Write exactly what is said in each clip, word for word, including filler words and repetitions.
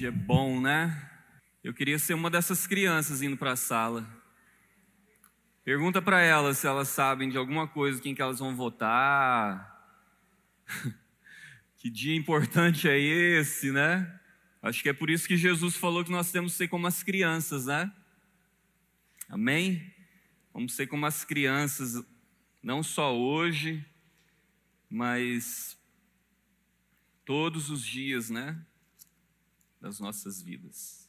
Dia bom, né? Eu queria ser uma dessas crianças indo para a sala. Pergunta para elas se elas sabem de alguma coisa, quem que elas vão votar. Que dia importante é esse, né? Acho que é por isso que Jesus falou que nós temos que ser como as crianças, né? Amém? Vamos ser como as crianças, não só hoje, mas todos os dias, né? Das nossas vidas.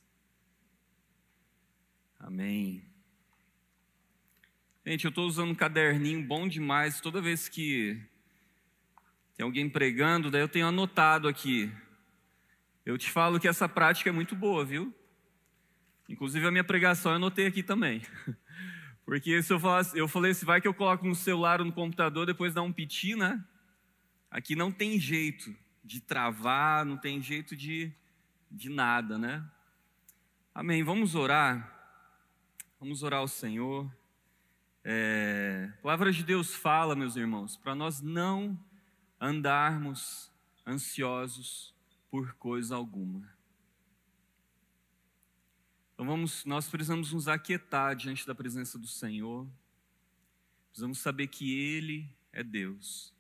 Amém. Gente, eu estou usando um caderninho bom demais. Toda vez que tem alguém pregando, daí eu tenho anotado aqui. Eu te falo que essa prática é muito boa, viu? Inclusive a minha pregação eu anotei aqui também. Porque se eu falasse, eu falei assim, vai que eu coloco no celular ou no computador, depois dá um piti, né? Aqui não tem jeito de travar, não tem jeito de, de nada, né? Amém. Vamos orar. Vamos orar ao Senhor. É, a palavra de Deus fala, meus irmãos, para nós não andarmos ansiosos por coisa alguma. Então vamos, nós precisamos nos aquietar diante da presença do Senhor. Precisamos saber que Ele é Deus.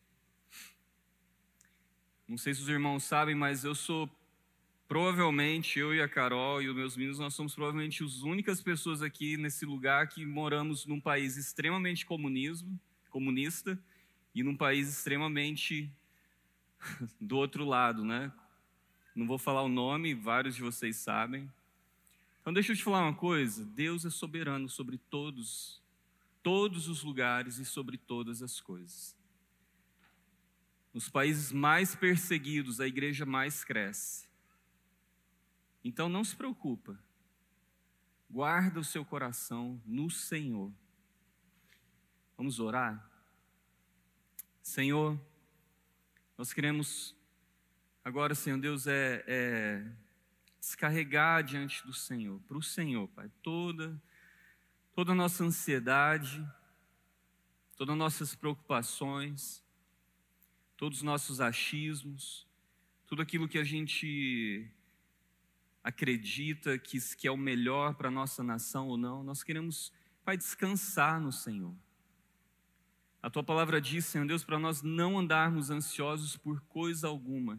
Não sei se os irmãos sabem, mas eu sou provavelmente, eu e a Carol e os meus meninos, nós somos provavelmente as únicas pessoas aqui nesse lugar que moramos num país extremamente comunismo, comunista e num país extremamente do outro lado, né? Não vou falar o nome, vários de vocês sabem. Então deixa eu te falar uma coisa, Deus é soberano sobre todos, todos os lugares e sobre todas as coisas. Nos países mais perseguidos, a igreja mais cresce. Então não se preocupa, guarda o seu coração no Senhor. Vamos orar? Senhor, nós queremos agora, Senhor Deus, é, é descarregar diante do Senhor, para o Senhor, Pai, toda, toda a nossa ansiedade, todas as nossas preocupações, todos os nossos achismos, tudo aquilo que a gente acredita que, que é o melhor para a nossa nação ou não, nós queremos, Pai, descansar no Senhor. A Tua palavra diz, Senhor Deus, para nós não andarmos ansiosos por coisa alguma,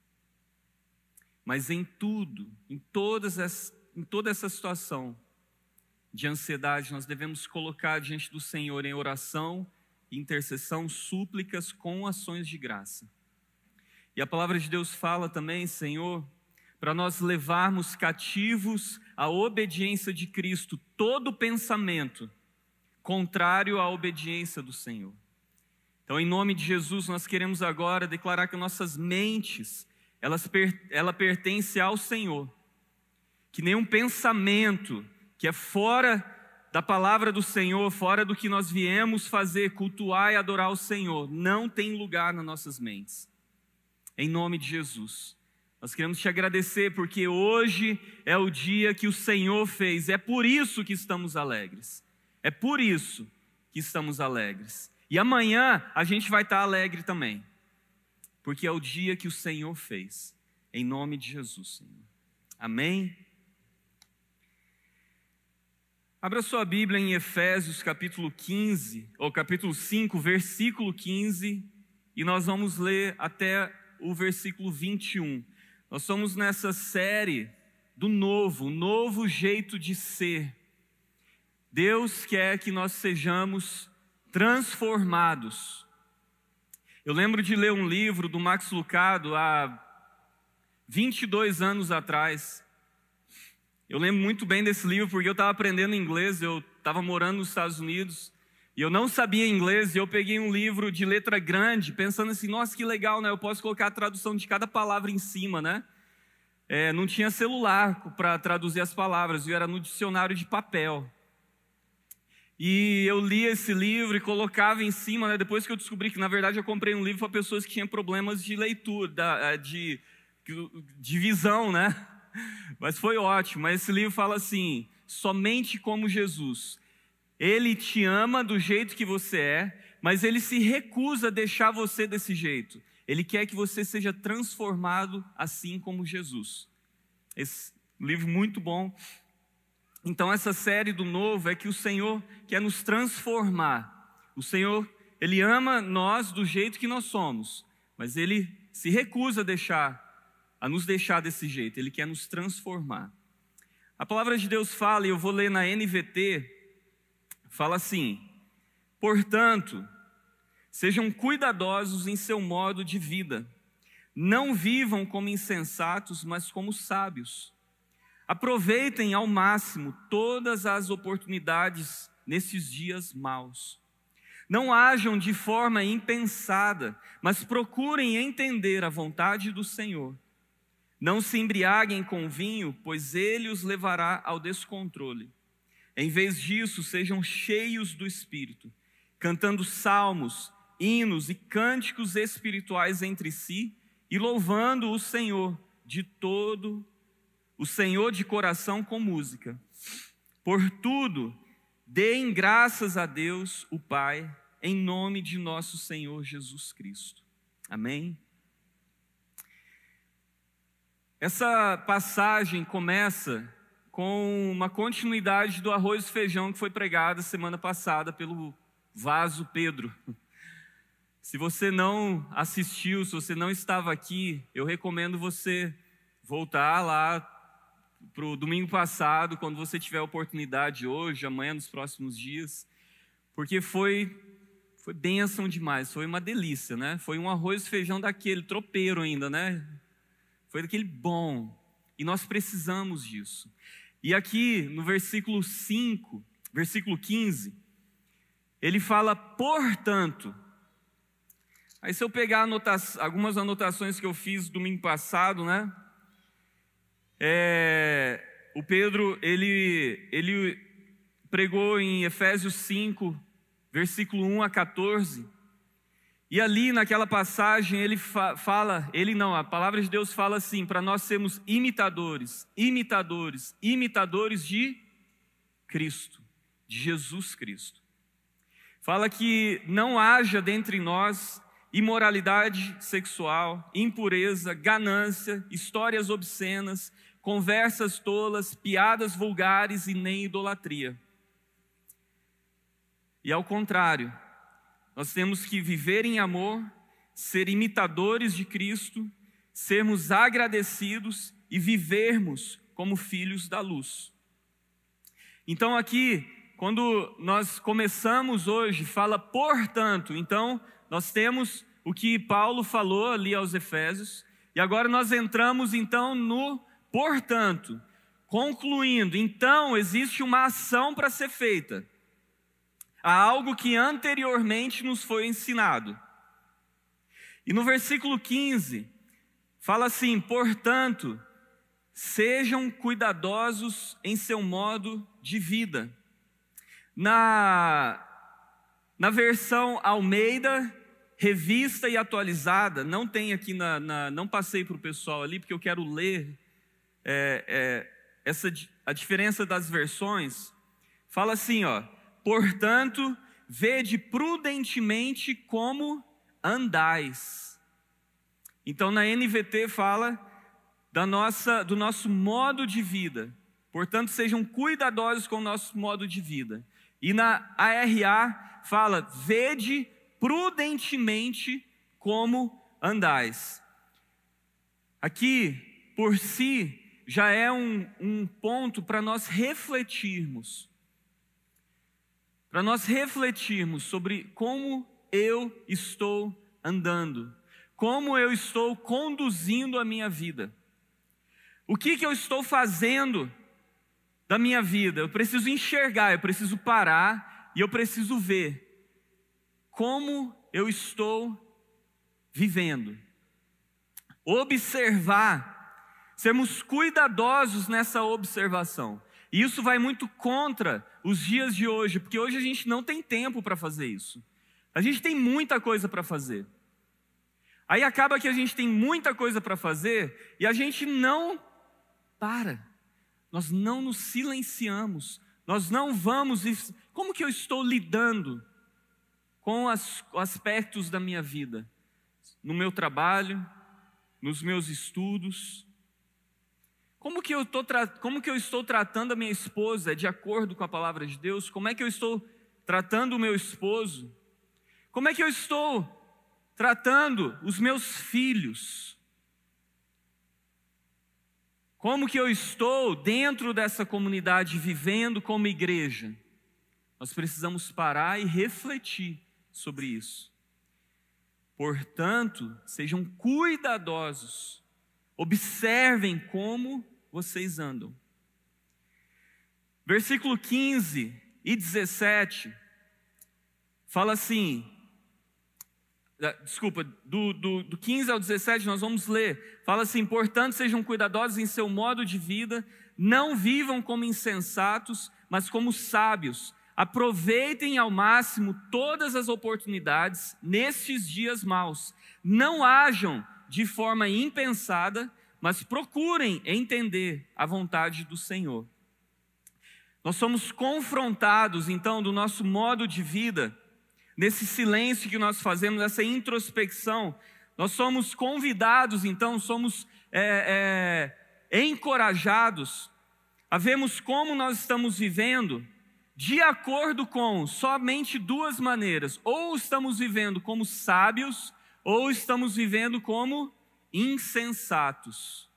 mas em tudo, em, todas as, em toda essa situação de ansiedade, nós devemos colocar diante do Senhor em oração, intercessão, súplicas com ações de graça. E a palavra de Deus fala também, Senhor, para nós levarmos cativos à obediência de Cristo todo pensamento contrário à obediência do Senhor. Então, em nome de Jesus, nós queremos agora declarar que nossas mentes, elas, ela pertence ao Senhor. Que nenhum pensamento que é fora da palavra do Senhor, fora do que nós viemos fazer, cultuar e adorar o Senhor, não tem lugar nas nossas mentes. Em nome de Jesus. Nós queremos te agradecer porque hoje é o dia que o Senhor fez. É por isso que estamos alegres. É por isso que estamos alegres. E amanhã a gente vai estar alegre também. Porque é o dia que o Senhor fez. Em nome de Jesus, Senhor. Amém? Abra sua Bíblia em Efésios capítulo quinze, ou capítulo cinco, versículo quinze. E nós vamos ler até o versículo vinte e um. Nós somos nessa série do novo, o novo jeito de ser. Deus quer que nós sejamos transformados. Eu lembro de ler um livro do Max Lucado há vinte e dois anos atrás. Eu lembro muito bem desse livro porque eu estava aprendendo inglês, eu estava morando nos Estados Unidos e eu não sabia inglês, e eu peguei um livro de letra grande, pensando assim, nossa, que legal, né? Eu posso colocar a tradução de cada palavra em cima, né? É, não tinha celular para traduzir as palavras, eu era no dicionário de papel. E eu lia esse livro e colocava em cima, né? Depois que eu descobri que, na verdade, eu comprei um livro para pessoas que tinham problemas de leitura, de, de visão, né? Mas foi ótimo. Mas esse livro fala assim, somente como Jesus. Ele te ama do jeito que você é, mas Ele se recusa a deixar você desse jeito. Ele quer que você seja transformado assim como Jesus. Esse livro muito bom. Então essa série do novo é que o Senhor quer nos transformar. O Senhor, Ele ama nós do jeito que nós somos, mas Ele se recusa a deixar, a nos deixar desse jeito. Ele quer nos transformar. A palavra de Deus fala, e eu vou ler na N V T, fala assim: portanto, sejam cuidadosos em seu modo de vida. Não vivam como insensatos, mas como sábios. Aproveitem ao máximo todas as oportunidades nesses dias maus. Não ajam de forma impensada, mas procurem entender a vontade do Senhor. Não se embriaguem com vinho, pois ele os levará ao descontrole. Em vez disso, sejam cheios do Espírito, cantando salmos, hinos e cânticos espirituais entre si e louvando o Senhor de todo, o Senhor de coração com música. Por tudo, deem graças a Deus, o Pai, em nome de nosso Senhor Jesus Cristo. Amém? Essa passagem começa com uma continuidade do arroz e feijão que foi pregado semana passada pelo Vaso Pedro. Se você não assistiu, se você não estava aqui, eu recomendo você voltar lá para o domingo passado, quando você tiver a oportunidade hoje, amanhã, nos próximos dias, porque foi, foi bênção demais, foi uma delícia, né? Foi um arroz e feijão daquele, tropeiro ainda, né? Foi daquele bom, e nós precisamos disso. E aqui no versículo cinco, versículo quinze, ele fala, portanto. Aí se eu pegar anota- algumas anotações que eu fiz domingo passado, né? É, o Pedro, ele, ele pregou em Efésios cinco, versículo um a quatorze, e ali naquela passagem ele fa- fala, ele não, a palavra de Deus fala assim, para nós sermos imitadores, imitadores, imitadores de Cristo, de Jesus Cristo. Fala que não haja dentre nós imoralidade sexual, impureza, ganância, histórias obscenas, conversas tolas, piadas vulgares e nem idolatria. E ao contrário, nós temos que viver em amor, ser imitadores de Cristo, sermos agradecidos e vivermos como filhos da luz. Então aqui, quando nós começamos hoje, fala portanto, então nós temos o que Paulo falou ali aos Efésios, e agora nós entramos então no portanto, concluindo, então existe uma ação para ser feita. Há algo que anteriormente nos foi ensinado. E no versículo quinze, fala assim, portanto, sejam cuidadosos em seu modo de vida. Na, na versão Almeida, revista e atualizada, não tem aqui, na, na, não passei para o pessoal ali, porque eu quero ler é, é, essa, a diferença das versões. Fala assim, ó, portanto, vede prudentemente como andais. Então na N V T fala da nossa, do nosso modo de vida. Portanto, sejam cuidadosos com o nosso modo de vida. E na A R A fala, vede prudentemente como andais. Aqui, por si, já é um, um ponto para nós refletirmos. Para nós refletirmos sobre como eu estou andando, como eu estou conduzindo a minha vida. O que, que eu estou fazendo da minha vida? Eu preciso enxergar, eu preciso parar e eu preciso ver como eu estou vivendo. Observar, sermos cuidadosos nessa observação. E isso vai muito contra os dias de hoje, porque hoje a gente não tem tempo para fazer isso. A gente tem muita coisa para fazer. Aí acaba que a gente tem muita coisa para fazer e a gente não para. Nós não nos silenciamos. Nós não vamos... Como que eu estou lidando com os aspectos da minha vida? No meu trabalho, nos meus estudos. Como que eu tô tra... como que eu estou tratando a minha esposa de acordo com a palavra de Deus? Como é que eu estou tratando o meu esposo? Como é que eu estou tratando os meus filhos? Como que eu estou dentro dessa comunidade vivendo como igreja? Nós precisamos parar e refletir sobre isso. Portanto, sejam cuidadosos, observem como vocês andam. Versículo quinze e dezessete, fala assim, desculpa, do, do, do quinze ao dezessete nós vamos ler, fala assim: portanto sejam cuidadosos em seu modo de vida, não vivam como insensatos, mas como sábios, aproveitem ao máximo todas as oportunidades nestes dias maus, não hajam de forma impensada, mas procurem entender a vontade do Senhor. Nós somos confrontados então do nosso modo de vida, nesse silêncio que nós fazemos, nessa introspecção, nós somos convidados então, somos é, é, encorajados a vermos como nós estamos vivendo, de acordo com somente duas maneiras: ou estamos vivendo como sábios, ou estamos vivendo como insensatos.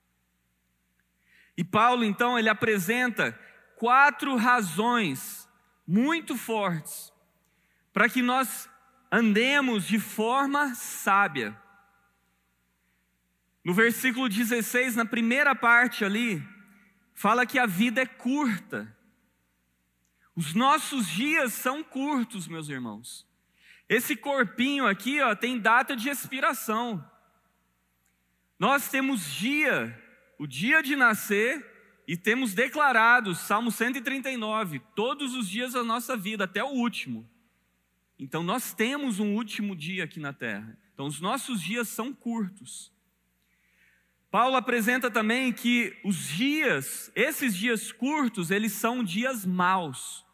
E Paulo então ele apresenta quatro razões muito fortes para que nós andemos de forma sábia. No versículo dezesseis, na primeira parte ali, fala que a vida é curta. Os nossos dias são curtos, meus irmãos. Esse corpinho aqui, ó, tem data de expiração. Nós temos dia, o dia de nascer, e temos declarado, Salmo cento e trinta e nove, todos os dias da nossa vida, até o último. Então nós temos um último dia aqui na terra. Então os nossos dias são curtos. Paulo apresenta também que os dias, esses dias curtos, eles são dias maus.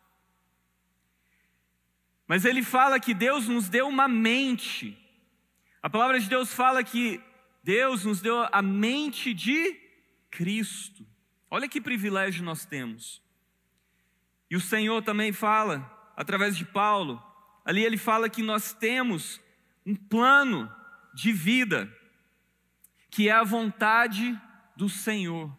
Mas ele fala que Deus nos deu uma mente. A palavra de Deus fala que Deus nos deu a mente de Cristo. Olha que privilégio nós temos. E o Senhor também fala, através de Paulo, ali ele fala que nós temos um plano de vida, que é a vontade do Senhor.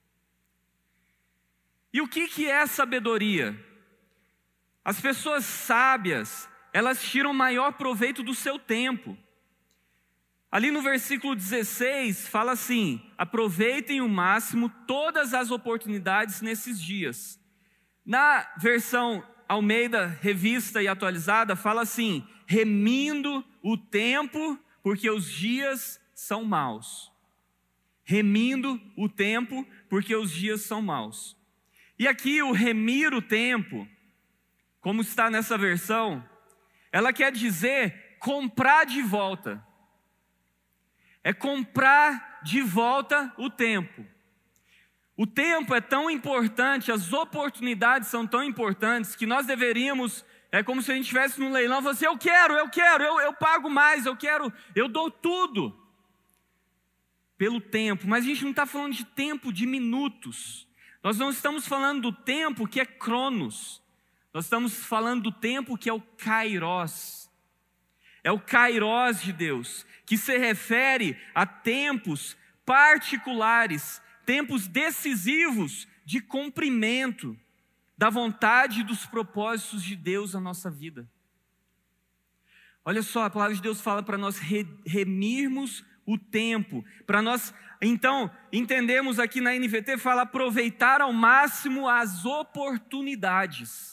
E o que que é sabedoria? As pessoas sábias, elas tiram maior proveito do seu tempo. Ali no versículo dezesseis, fala assim: aproveitem o máximo todas as oportunidades nesses dias. Na versão Almeida, revista e atualizada, fala assim: remindo o tempo, porque os dias são maus. Remindo o tempo, porque os dias são maus. E aqui o remir o tempo, como está nessa versão, ela quer dizer comprar de volta. É comprar de volta o tempo. O tempo é tão importante, as oportunidades são tão importantes, que nós deveríamos, é como se a gente estivesse num leilão e falasse: eu quero, eu quero, eu, eu pago mais, eu quero, eu dou tudo pelo tempo. Mas a gente não está falando de tempo de minutos. Nós não estamos falando do tempo que é cronos. Nós estamos falando do tempo que é o kairos. É o kairos de Deus, que se refere a tempos particulares, tempos decisivos de cumprimento da vontade e dos propósitos de Deus na nossa vida. Olha só, a palavra de Deus fala para nós remirmos o tempo, para nós, então, entendemos aqui na N V T, fala aproveitar ao máximo as oportunidades.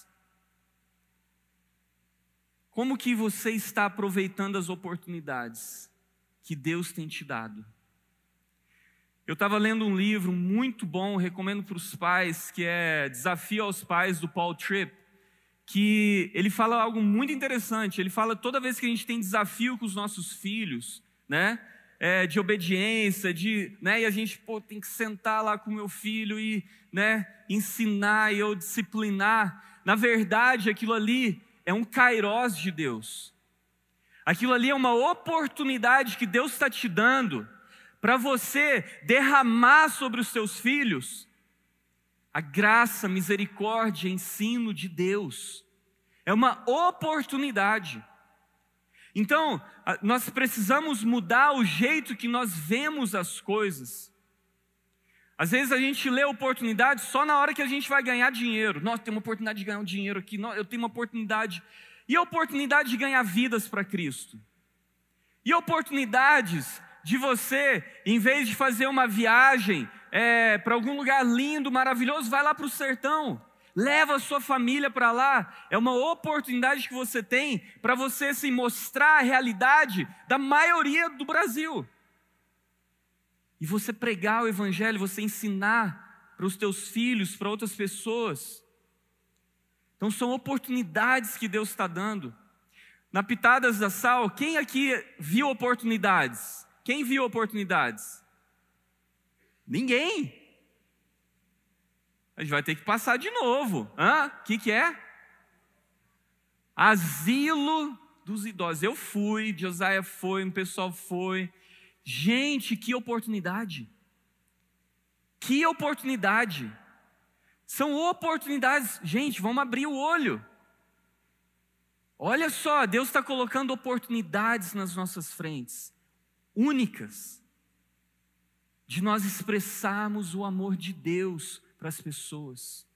Como que você está aproveitando as oportunidades que Deus tem te dado? Eu estava lendo um livro muito bom, recomendo para os pais, que é Desafio aos Pais, do Paul Tripp, que ele fala algo muito interessante. Ele fala toda vez que a gente tem desafio com os nossos filhos, né, é, de obediência, de, né, e a gente pô, tem que sentar lá com o meu filho e, né, ensinar e eu disciplinar. Na verdade, aquilo ali é um kairos de Deus. Aquilo ali é uma oportunidade que Deus está te dando para você derramar sobre os seus filhos a graça, misericórdia, ensino de Deus. É uma oportunidade. Então, nós precisamos mudar o jeito que nós vemos as coisas. Às vezes a gente lê oportunidade só na hora que a gente vai ganhar dinheiro. Nossa, tem uma oportunidade de ganhar um dinheiro aqui. Eu tenho uma oportunidade. E a oportunidade de ganhar vidas para Cristo. E oportunidades de você, em vez de fazer uma viagem é, para algum lugar lindo, maravilhoso, vai lá para o sertão. Leva a sua família para lá. É uma oportunidade que você tem para você se mostrar a realidade da maioria do Brasil. E você pregar o evangelho, você ensinar para os teus filhos, para outras pessoas. Então são oportunidades que Deus está dando. Na Pitadas da Sal, quem aqui viu oportunidades? Quem viu oportunidades? Ninguém. A gente vai ter que passar de novo. O que, que é? Asilo dos idosos. Eu fui, Josiah foi, o pessoal foi. Gente, que oportunidade. Que oportunidade. São oportunidades. Gente, vamos abrir o olho. Olha só, Deus está colocando oportunidades nas nossas frentes. Únicas. De nós expressarmos o amor de Deus para as pessoas.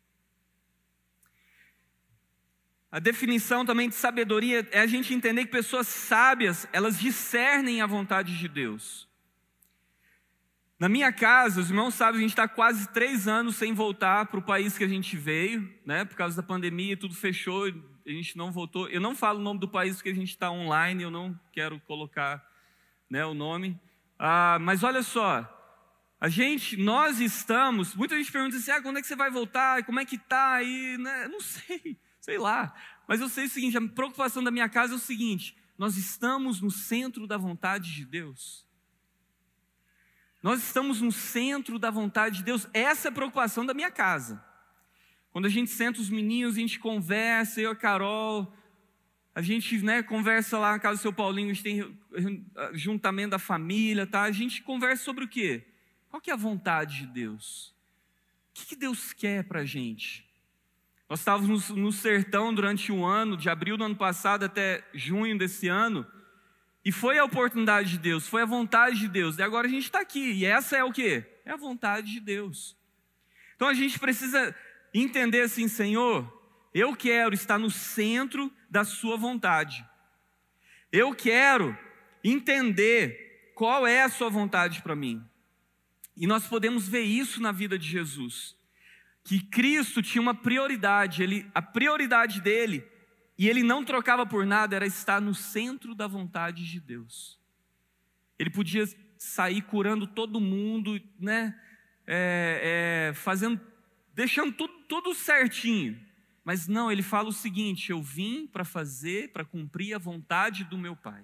A definição também de sabedoria é a gente entender que pessoas sábias, elas discernem a vontade de Deus. Na minha casa, os irmãos sabem, a gente está quase três anos sem voltar para o país que a gente veio, né? Por causa da pandemia, tudo fechou, a gente não voltou. Eu não falo o nome do país porque a gente está online, eu não quero colocar, né, o nome. Ah, mas olha só, a gente, nós estamos, muita gente pergunta assim, ah, quando é que você vai voltar? Como é que está aí? Né? Não sei, sei lá. Mas eu sei o seguinte, a preocupação da minha casa é o seguinte, nós estamos no centro da vontade de Deus. Nós estamos no centro da vontade de Deus. Essa é a preocupação da minha casa. Quando a gente senta os meninos, a gente conversa, eu e a Carol, a gente, né, conversa lá na casa do seu Paulinho, a gente tem juntamento da família, tá? A gente conversa sobre o quê? Qual que é a vontade de Deus? O que, que Deus quer para a gente? Nós estávamos no, no sertão durante um ano, de abril do ano passado até junho desse ano, e foi a oportunidade de Deus, foi a vontade de Deus. E agora a gente está aqui, e essa é o quê? É a vontade de Deus. Então a gente precisa entender assim, Senhor, eu quero estar no centro da sua vontade. Eu quero entender qual é a sua vontade para mim. E nós podemos ver isso na vida de Jesus. Que Cristo tinha uma prioridade, ele, a prioridade dele, e ele não trocava por nada, era estar no centro da vontade de Deus. Ele podia sair curando todo mundo, né? É, é, fazendo, deixando tudo, tudo certinho. Mas não, ele fala o seguinte, eu vim para fazer, para cumprir a vontade do meu Pai.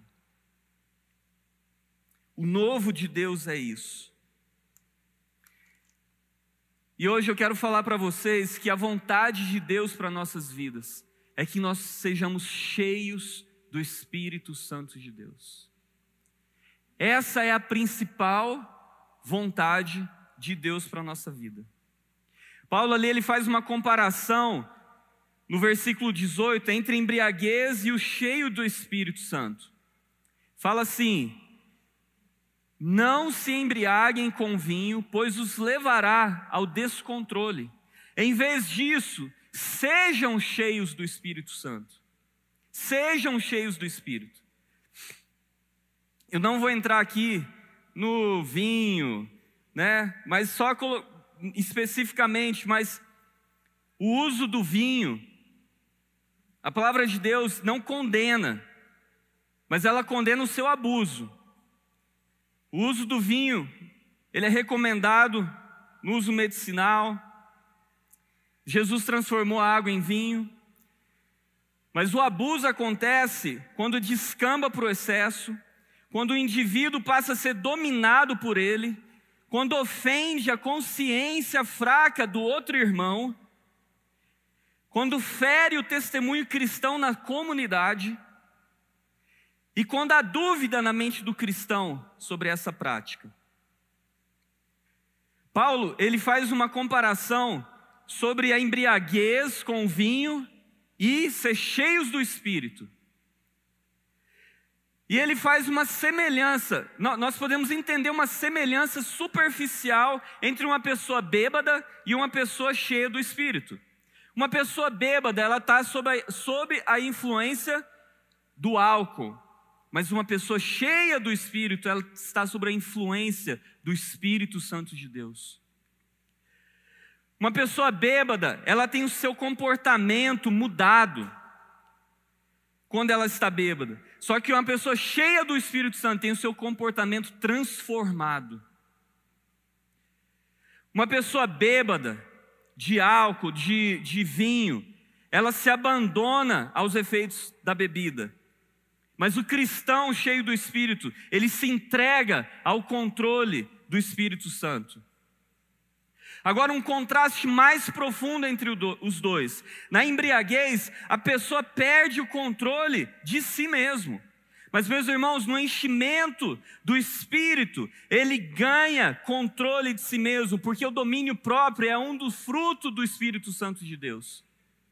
O novo de Deus é isso. E hoje eu quero falar para vocês que a vontade de Deus para nossas vidas é que nós sejamos cheios do Espírito Santo de Deus. Essa é a principal vontade de Deus para a nossa vida. Paulo ali ele faz uma comparação no versículo dezoito entre a embriaguez e o cheio do Espírito Santo. Fala assim, não se embriaguem com vinho, pois os levará ao descontrole. Em vez disso, sejam cheios do Espírito Santo. Sejam cheios do Espírito. Eu não vou entrar aqui no vinho, né? Mas só especificamente, mas o uso do vinho, a palavra de Deus não condena, mas ela condena o seu abuso. O uso do vinho, ele é recomendado no uso medicinal. Jesus transformou a água em vinho. Mas o abuso acontece quando descamba para o excesso, quando o indivíduo passa a ser dominado por ele, quando ofende a consciência fraca do outro irmão, quando fere o testemunho cristão na comunidade. E quando há dúvida na mente do cristão sobre essa prática, Paulo, ele faz uma comparação sobre a embriaguez com o vinho e ser cheios do Espírito. E ele faz uma semelhança, nós podemos entender uma semelhança superficial entre uma pessoa bêbada e uma pessoa cheia do Espírito. Uma pessoa bêbada, ela está sob a, sob a influência do álcool, mas uma pessoa cheia do Espírito, ela está sob a influência do Espírito Santo de Deus. Uma pessoa bêbada, ela tem o seu comportamento mudado quando ela está bêbada. Só que uma pessoa cheia do Espírito Santo tem o seu comportamento transformado. Uma pessoa bêbada de álcool, de, de vinho, ela se abandona aos efeitos da bebida. Mas o cristão cheio do Espírito, ele se entrega ao controle do Espírito Santo. Agora, um contraste mais profundo entre os dois. Na embriaguez, a pessoa perde o controle de si mesmo. Mas, meus irmãos, no enchimento do Espírito, ele ganha controle de si mesmo, porque o domínio próprio é um dos frutos do Espírito Santo de Deus.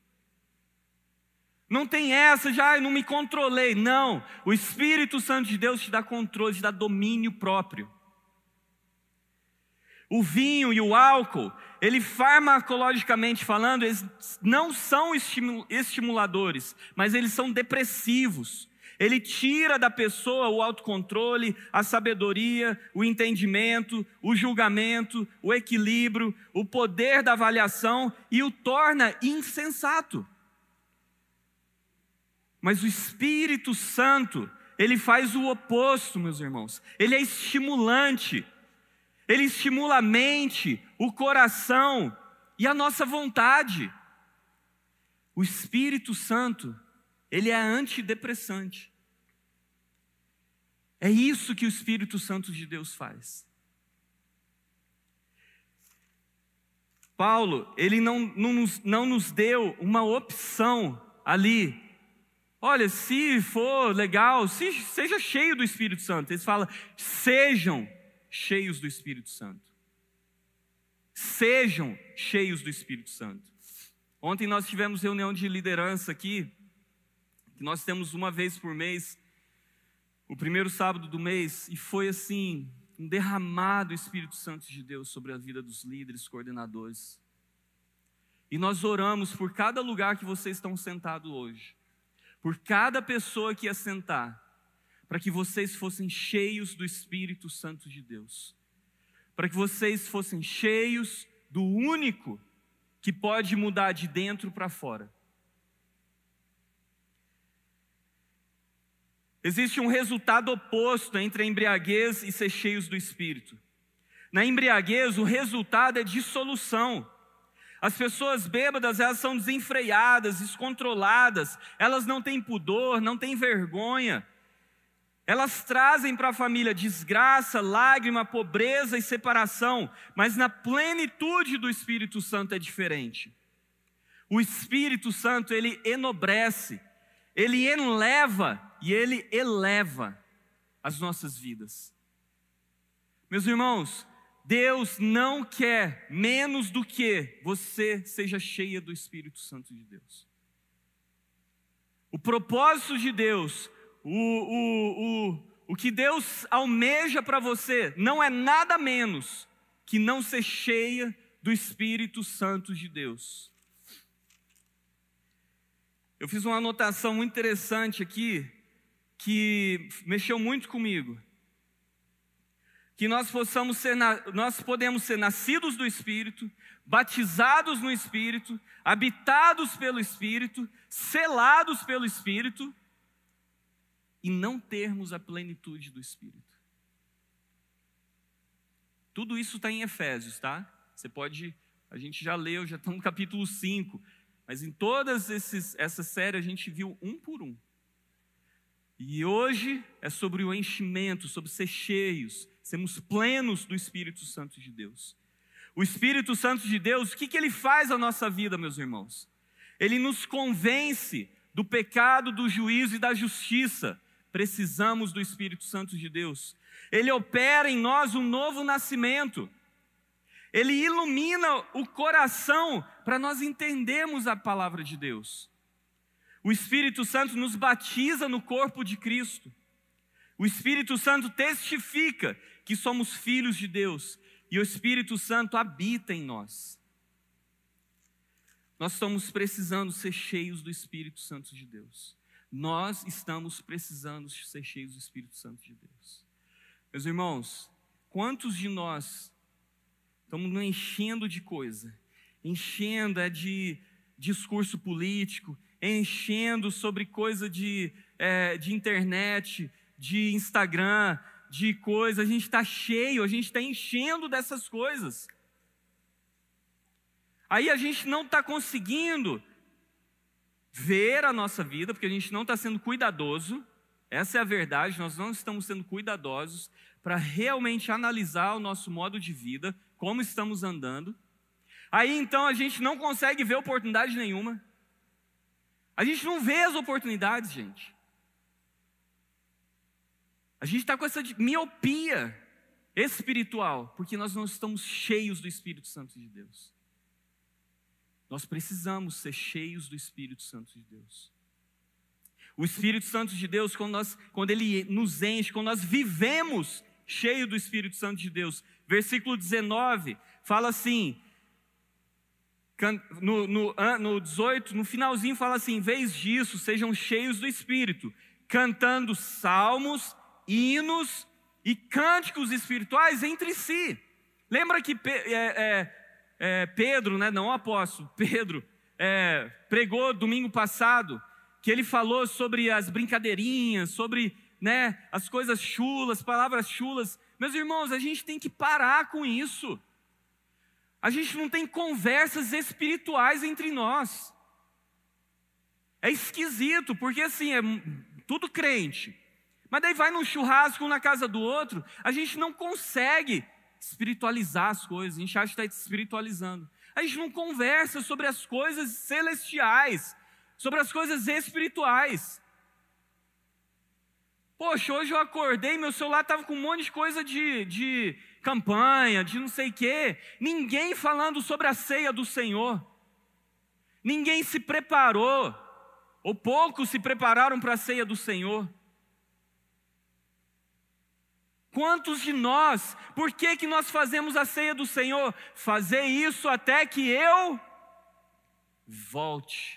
Não tem essa, já eu não me controlei. Não, o Espírito Santo de Deus te dá controle, te dá domínio próprio. O vinho e o álcool, ele farmacologicamente falando, eles não são estimuladores, mas eles são depressivos. Ele tira da pessoa o autocontrole, a sabedoria, o entendimento, o julgamento, o equilíbrio, o poder da avaliação e o torna insensato. Mas o Espírito Santo, ele faz o oposto, meus irmãos. Ele é estimulante. Ele estimula a mente, o coração e a nossa vontade. O Espírito Santo, ele é antidepressante. É isso que o Espírito Santo de Deus faz. Paulo, ele não, não, nos, não nos deu uma opção ali. Olha, se for legal, se, seja cheio do Espírito Santo. Ele fala, sejam cheios do Espírito Santo. Sejam cheios do Espírito Santo. Ontem nós tivemos reunião de liderança aqui, que nós temos uma vez por mês, o primeiro sábado do mês, e foi assim, um derramado Espírito Santo de Deus sobre a vida dos líderes, coordenadores. E nós oramos por cada lugar que vocês estão sentados hoje, por cada pessoa que ia sentar, para que vocês fossem cheios do Espírito Santo de Deus, para que vocês fossem cheios do único que pode mudar de dentro para fora. Existe um resultado oposto entre a embriaguez e ser cheios do Espírito. Na embriaguez, o resultado é dissolução. As pessoas bêbadas, elas são desenfreadas, descontroladas, elas não têm pudor, não têm vergonha. Elas trazem para a família desgraça, lágrima, pobreza e separação, mas na plenitude do Espírito Santo é diferente. O Espírito Santo, ele enobrece, ele enleva e ele eleva as nossas vidas. Meus irmãos, Deus não quer menos do que você seja cheia do Espírito Santo de Deus. O propósito de Deus, O, o, o, o que Deus almeja para você não é nada menos que não ser cheia do Espírito Santo de Deus. Eu fiz uma anotação muito interessante aqui, que mexeu muito comigo. Que nós possamos ser, nós podemos ser nascidos do Espírito, batizados no Espírito, habitados pelo Espírito, selados pelo Espírito, e não termos a plenitude do Espírito. Tudo isso está em Efésios, tá? Você pode, a gente já leu, já está no capítulo cinco, mas em todas esses, essa série a gente viu um por um. E hoje é sobre o enchimento, sobre ser cheios, sermos plenos do Espírito Santo de Deus. O Espírito Santo de Deus, o que, que ele faz na nossa vida, meus irmãos? Ele nos convence do pecado, do juízo e da justiça. precisamos do Espírito Santo de Deus. Ele opera em nós um novo nascimento. Ele ilumina o coração para nós entendermos a palavra de Deus. O Espírito Santo nos batiza no corpo de Cristo. O Espírito Santo testifica que somos filhos de Deus. E o Espírito Santo habita em nós. Nós estamos precisando ser cheios do Espírito Santo de Deus. Nós estamos precisando ser cheios do Espírito Santo de Deus. Meus irmãos, quantos de nós estamos nos enchendo de coisa? Enchendo é de discurso político, enchendo sobre coisa de, é, de internet, de Instagram, de coisa. A gente está cheio, a gente está enchendo dessas coisas. Aí a gente não está conseguindo ver a nossa vida, porque a gente não está sendo cuidadoso. Essa é a verdade, nós não estamos sendo cuidadosos para realmente analisar o nosso modo de vida, como estamos andando. Aí então a gente não consegue ver oportunidade nenhuma. A gente não vê as oportunidades, gente. A gente está com essa miopia espiritual, porque nós não estamos cheios do Espírito Santo de Deus. Nós precisamos ser cheios do Espírito Santo de Deus. O Espírito Santo de Deus, quando, nós, quando Ele nos enche, quando nós vivemos cheio do Espírito Santo de Deus, versículo dezenove, fala assim, no, no, no dezoito, no finalzinho fala assim, em vez disso, sejam cheios do Espírito, cantando salmos, hinos e cânticos espirituais entre si. Lembra que é, é, é, Pedro, né, não o apóstolo, Pedro é, pregou domingo passado, que ele falou sobre as brincadeirinhas, sobre, né, as coisas chulas, palavras chulas. Meus irmãos, a gente tem que parar com isso. A gente não tem conversas espirituais entre nós. É esquisito, porque assim, é tudo crente. Mas daí vai num churrasco um na casa do outro, a gente não consegue espiritualizar as coisas, a gente acha que está espiritualizando. A gente não conversa sobre as coisas celestiais, sobre as coisas espirituais. Poxa, hoje eu acordei, meu celular estava com um monte de coisa de, de campanha, de não sei o quê. Ninguém falando sobre a ceia do Senhor. Ninguém se preparou, ou poucos se prepararam para a ceia do Senhor. Quantos de nós, por que que nós fazemos a ceia do Senhor? Fazer isso até que eu volte.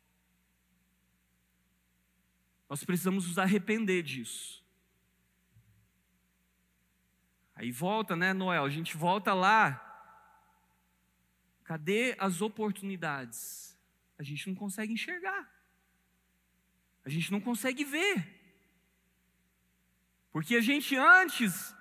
Nós precisamos nos arrepender disso. Aí volta, né, Noel? A gente volta lá. Cadê as oportunidades? A gente não consegue enxergar. A gente não consegue ver. Porque a gente antes,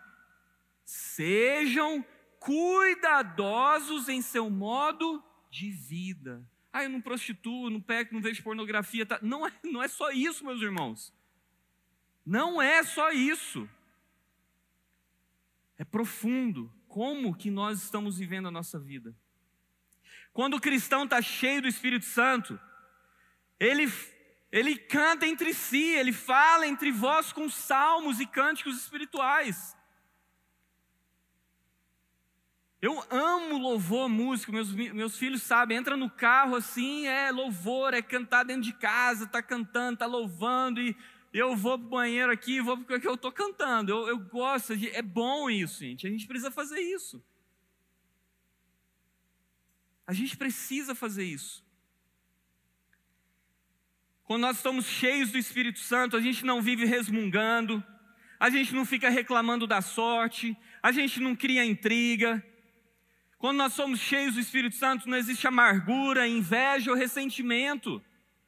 sejam cuidadosos em seu modo de vida. Ah, eu não prostituo, não peco, não vejo pornografia. Tá. Não, é, não é só isso, meus irmãos. Não é só isso. É profundo. Como que nós estamos vivendo a nossa vida? Quando o cristão está cheio do Espírito Santo, ele... Ele canta entre si, ele fala entre vós com salmos e cânticos espirituais. Eu amo louvor, música, meus, meus filhos sabem, entra no carro assim, é louvor, é cantar dentro de casa, está cantando, está louvando, e eu vou para o banheiro aqui, vou porque eu estou cantando, eu, eu gosto, de, é bom isso, gente, a gente precisa fazer isso. A gente precisa fazer isso. Quando nós estamos cheios do Espírito Santo, a gente não vive resmungando, a gente não fica reclamando da sorte, a gente não cria intriga. Quando nós somos cheios do Espírito Santo, não existe amargura, inveja ou ressentimento.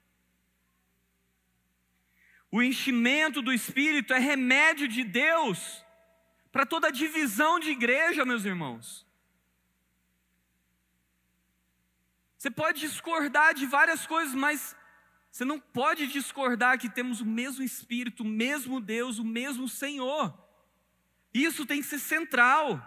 O enchimento do Espírito é remédio de Deus para toda divisão de igreja, meus irmãos. Você pode discordar de várias coisas, mas você não pode discordar que temos o mesmo Espírito, o mesmo Deus, o mesmo Senhor. Isso tem que ser central.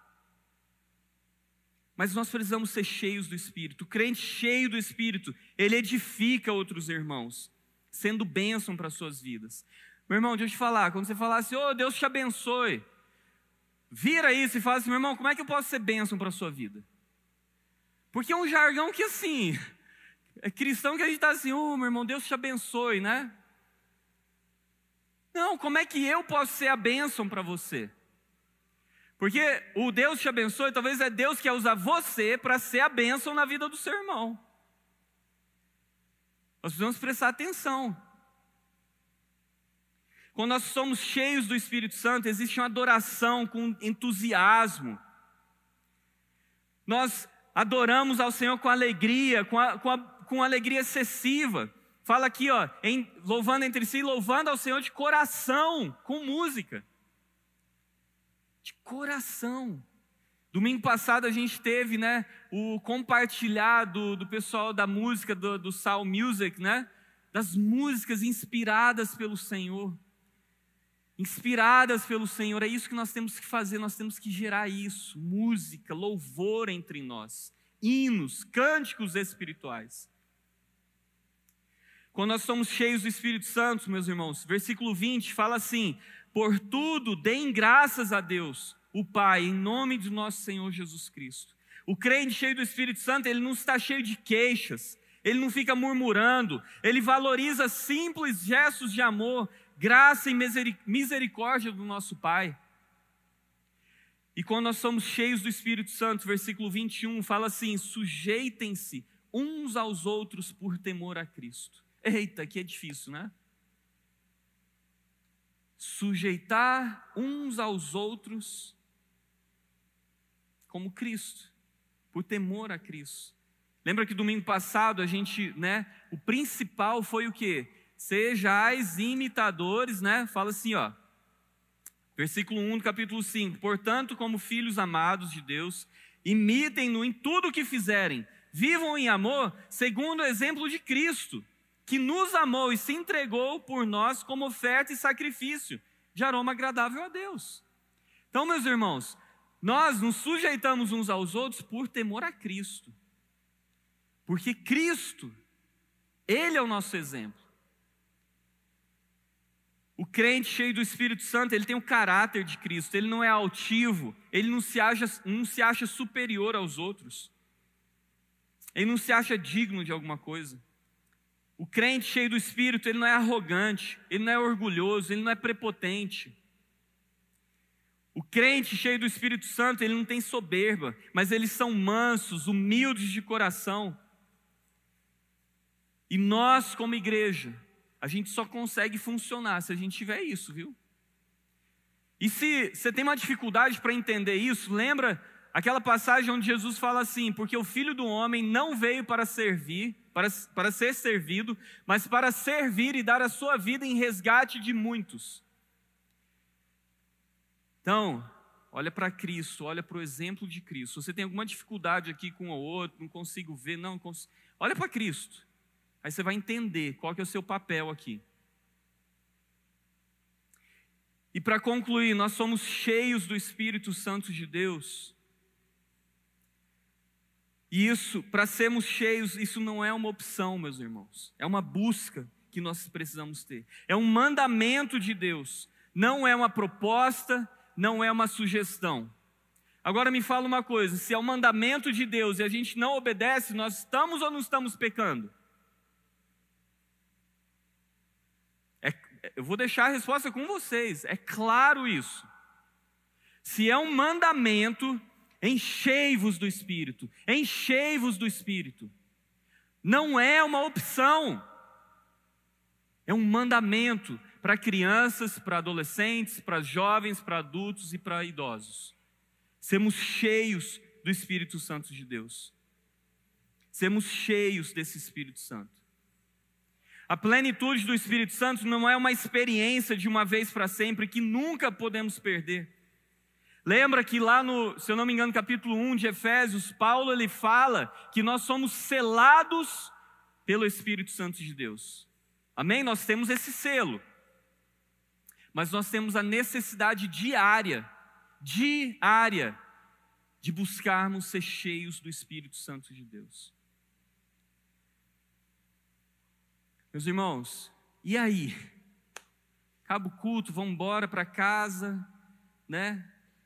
Mas nós precisamos ser cheios do Espírito. O crente cheio do Espírito, ele edifica outros irmãos, sendo bênção para as suas vidas. Meu irmão, deixa eu te falar, quando você falar assim, ô, Deus te abençoe, vira isso e fala assim, meu irmão, como é que eu posso ser bênção para a sua vida? Porque é um jargão que assim, é cristão que a gente está assim, ô, meu irmão, Deus te abençoe, né? Não, como é que eu posso ser a bênção para você? Porque o Deus te abençoe, talvez é Deus que quer usar você para ser a bênção na vida do seu irmão. Nós precisamos prestar atenção. Quando nós somos cheios do Espírito Santo, existe uma adoração com entusiasmo. Nós adoramos ao Senhor com alegria, com, a, com, a, com alegria excessiva. Fala aqui, ó, em, louvando entre si, louvando ao Senhor de coração, com música. De coração. Domingo passado a gente teve, né, o compartilhar do, do pessoal da música, do, do Soul Music, né, das músicas inspiradas pelo Senhor. Inspiradas pelo Senhor, é isso que nós temos que fazer, nós temos que gerar isso, música, louvor entre nós, hinos, cânticos espirituais. Quando nós somos cheios do Espírito Santo, meus irmãos, versículo vinte fala assim, por tudo deem graças a Deus, o Pai, em nome de nosso Senhor Jesus Cristo. O crente cheio do Espírito Santo, ele não está cheio de queixas, ele não fica murmurando, ele valoriza simples gestos de amor, graça e misericórdia do nosso Pai. E quando nós somos cheios do Espírito Santo, versículo vinte e um, fala assim, sujeitem-se uns aos outros por temor a Cristo. Eita, que é difícil, né? Sujeitar uns aos outros como Cristo, por temor a Cristo. Lembra que domingo passado a gente, né, o principal foi o quê? Sejais imitadores, né? Fala assim, ó. Versículo um do capítulo cinco. Portanto, como filhos amados de Deus, imitem-no em tudo o que fizerem. Vivam em amor, segundo o exemplo de Cristo, que nos amou e se entregou por nós como oferta e sacrifício de aroma agradável a Deus. Então, meus irmãos, nós nos sujeitamos uns aos outros por temor a Cristo. Porque Cristo, Ele é o nosso exemplo. O crente cheio do Espírito Santo, ele tem o caráter de Cristo, ele não é altivo, ele não se acha, não se acha superior aos outros, ele não se acha digno de alguma coisa. O crente cheio do Espírito, ele não é arrogante, ele não é orgulhoso, ele não é prepotente. O crente cheio do Espírito Santo, ele não tem soberba, mas eles são mansos, humildes de coração. E nós, como igreja, a gente só consegue funcionar se a gente tiver isso, viu? E se você tem uma dificuldade para entender isso, lembra aquela passagem onde Jesus fala assim, porque o Filho do Homem não veio para servir, para, para ser servido, mas para servir e dar a sua vida em resgate de muitos. Então, olha para Cristo, olha para o exemplo de Cristo. Se você tem alguma dificuldade aqui com o outro, não consigo ver, não consigo... olha para Cristo. Aí você vai entender qual que é o seu papel aqui. E para concluir, nós somos cheios do Espírito Santo de Deus. E isso, para sermos cheios, isso não é uma opção, meus irmãos. É uma busca que nós precisamos ter. É um mandamento de Deus. Não é uma proposta, não é uma sugestão. Agora me fala uma coisa, se é um mandamento de Deus e a gente não obedece, nós estamos ou não estamos pecando? Eu vou deixar a resposta com vocês, é claro isso. Se é um mandamento, enchei-vos do Espírito, enchei-vos do Espírito. Não é uma opção, é um mandamento para crianças, para adolescentes, para jovens, para adultos e para idosos. Sermos cheios do Espírito Santo de Deus. Sermos cheios desse Espírito Santo. A plenitude do Espírito Santo não é uma experiência de uma vez para sempre que nunca podemos perder. Lembra que lá no, se eu não me engano, capítulo um de Efésios, Paulo ele fala que nós somos selados pelo Espírito Santo de Deus. Amém? Nós temos esse selo. Mas nós temos a necessidade diária, diária, de buscarmos ser cheios do Espírito Santo de Deus. Meus irmãos, e aí? acaba o culto, vamos embora para casa, né?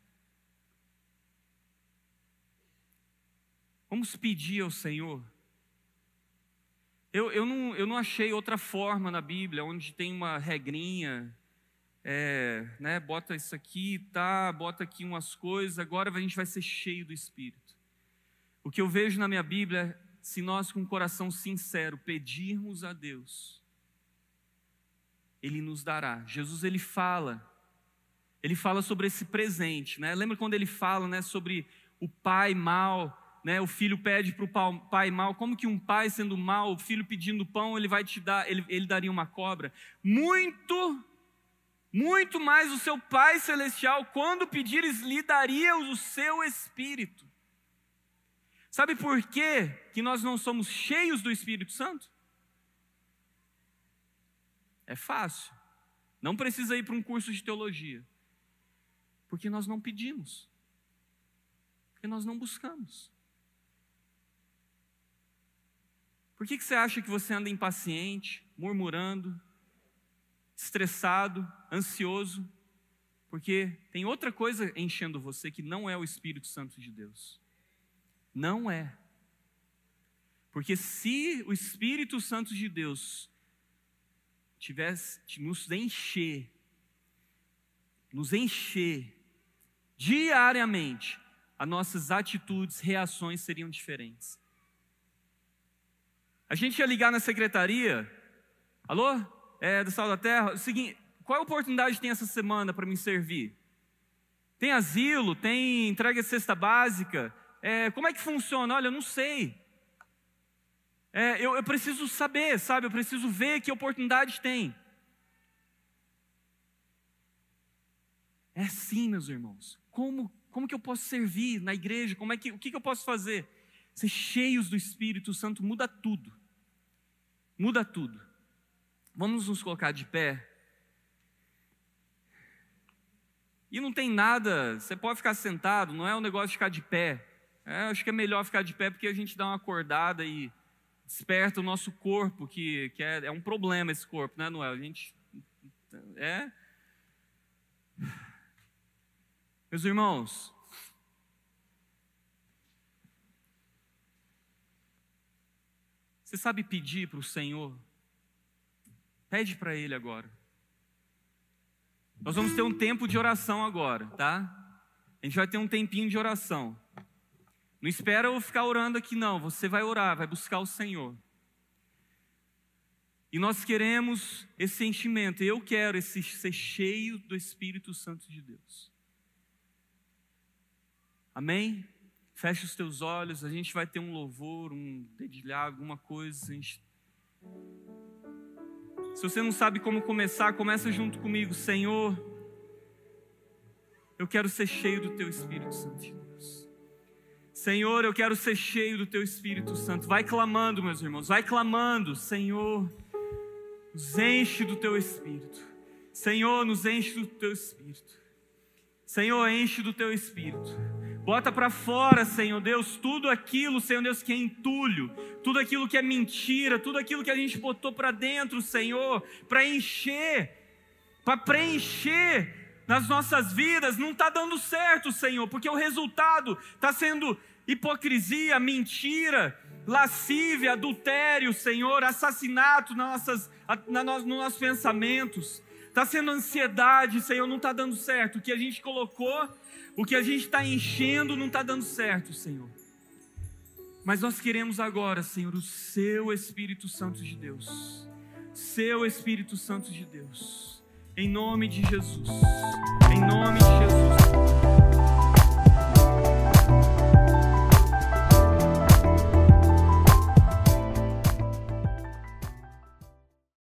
Vamos pedir ao Senhor. Eu, eu, não, eu não achei outra forma na Bíblia, onde tem uma regrinha, é, né, bota isso aqui, tá, bota aqui umas coisas, agora a gente vai ser cheio do Espírito. O que eu vejo na minha Bíblia, se nós com um coração sincero pedirmos a Deus, Ele nos dará. Jesus, Ele fala, Ele fala sobre esse presente, né? Lembra quando Ele fala, né, sobre o pai mau, né, o filho pede para o pai mal, como que um pai sendo mau, o filho pedindo pão, ele vai te dar, ele, ele daria uma cobra? Muito, muito mais o seu Pai Celestial, quando pedires, lhe daria o seu Espírito. Sabe por quê que nós não somos cheios do Espírito Santo? É fácil, não precisa ir para um curso de teologia, porque nós não pedimos, porque nós não buscamos. Por que que você acha que você anda impaciente, murmurando, estressado, ansioso? Porque tem outra coisa enchendo você que não é o Espírito Santo de Deus. Não é. Porque se o Espírito Santo de Deus tivesse nos encher, nos encher diariamente, as nossas atitudes, reações seriam diferentes. A gente ia ligar na secretaria, alô, é do Sal da Terra, o seguinte, qual oportunidade tem essa semana para me servir? Tem asilo, tem entrega de cesta básica, é, como é que funciona? Olha, eu não sei, é, eu, eu preciso saber, sabe, eu preciso ver que oportunidade tem. É assim, meus irmãos, como, como que eu posso servir na igreja, como é que, o que, que eu posso fazer? Ser cheios do Espírito Santo muda tudo. Muda tudo. Vamos nos colocar de pé. E não tem nada, você pode ficar sentado, não é um negócio de ficar de pé. É, acho que é melhor ficar de pé porque a gente dá uma acordada e desperta o nosso corpo, que, que é, é um problema esse corpo, né, Noel? A gente, é... Meus irmãos, você sabe pedir para o Senhor? Pede para Ele agora. Nós vamos ter um tempo de oração agora, tá? A gente vai ter um tempinho de oração. Não espera eu ficar orando aqui não, você vai orar, vai buscar o Senhor. E nós queremos esse enchimento, eu quero esse, ser cheio do Espírito Santo de Deus. Amém? Fecha os teus olhos, a gente vai ter um louvor, um dedilhar, alguma coisa. A gente... Se você não sabe como começar, começa junto comigo. Senhor, eu quero ser cheio do Teu Espírito Santo de Deus. Senhor, eu quero ser cheio do Teu Espírito Santo. Vai clamando, meus irmãos, vai clamando. Senhor, nos enche do Teu Espírito. Senhor, nos enche do Teu Espírito. Senhor, enche do Teu Espírito. Bota para fora, Senhor Deus, tudo aquilo, Senhor Deus, que é entulho, tudo aquilo que é mentira, tudo aquilo que a gente botou para dentro, Senhor, para encher, para preencher nas nossas vidas, não está dando certo, Senhor, porque o resultado está sendo hipocrisia, mentira, lascívia, adultério, Senhor, assassinato nas nossas, na, nos nossos pensamentos, está sendo ansiedade, Senhor, não está dando certo, o que a gente colocou, o que a gente está enchendo não está dando certo, Senhor. Mas nós queremos agora, Senhor, o Seu Espírito Santo de Deus. Seu Espírito Santo de Deus. Em nome de Jesus. Em nome de Jesus.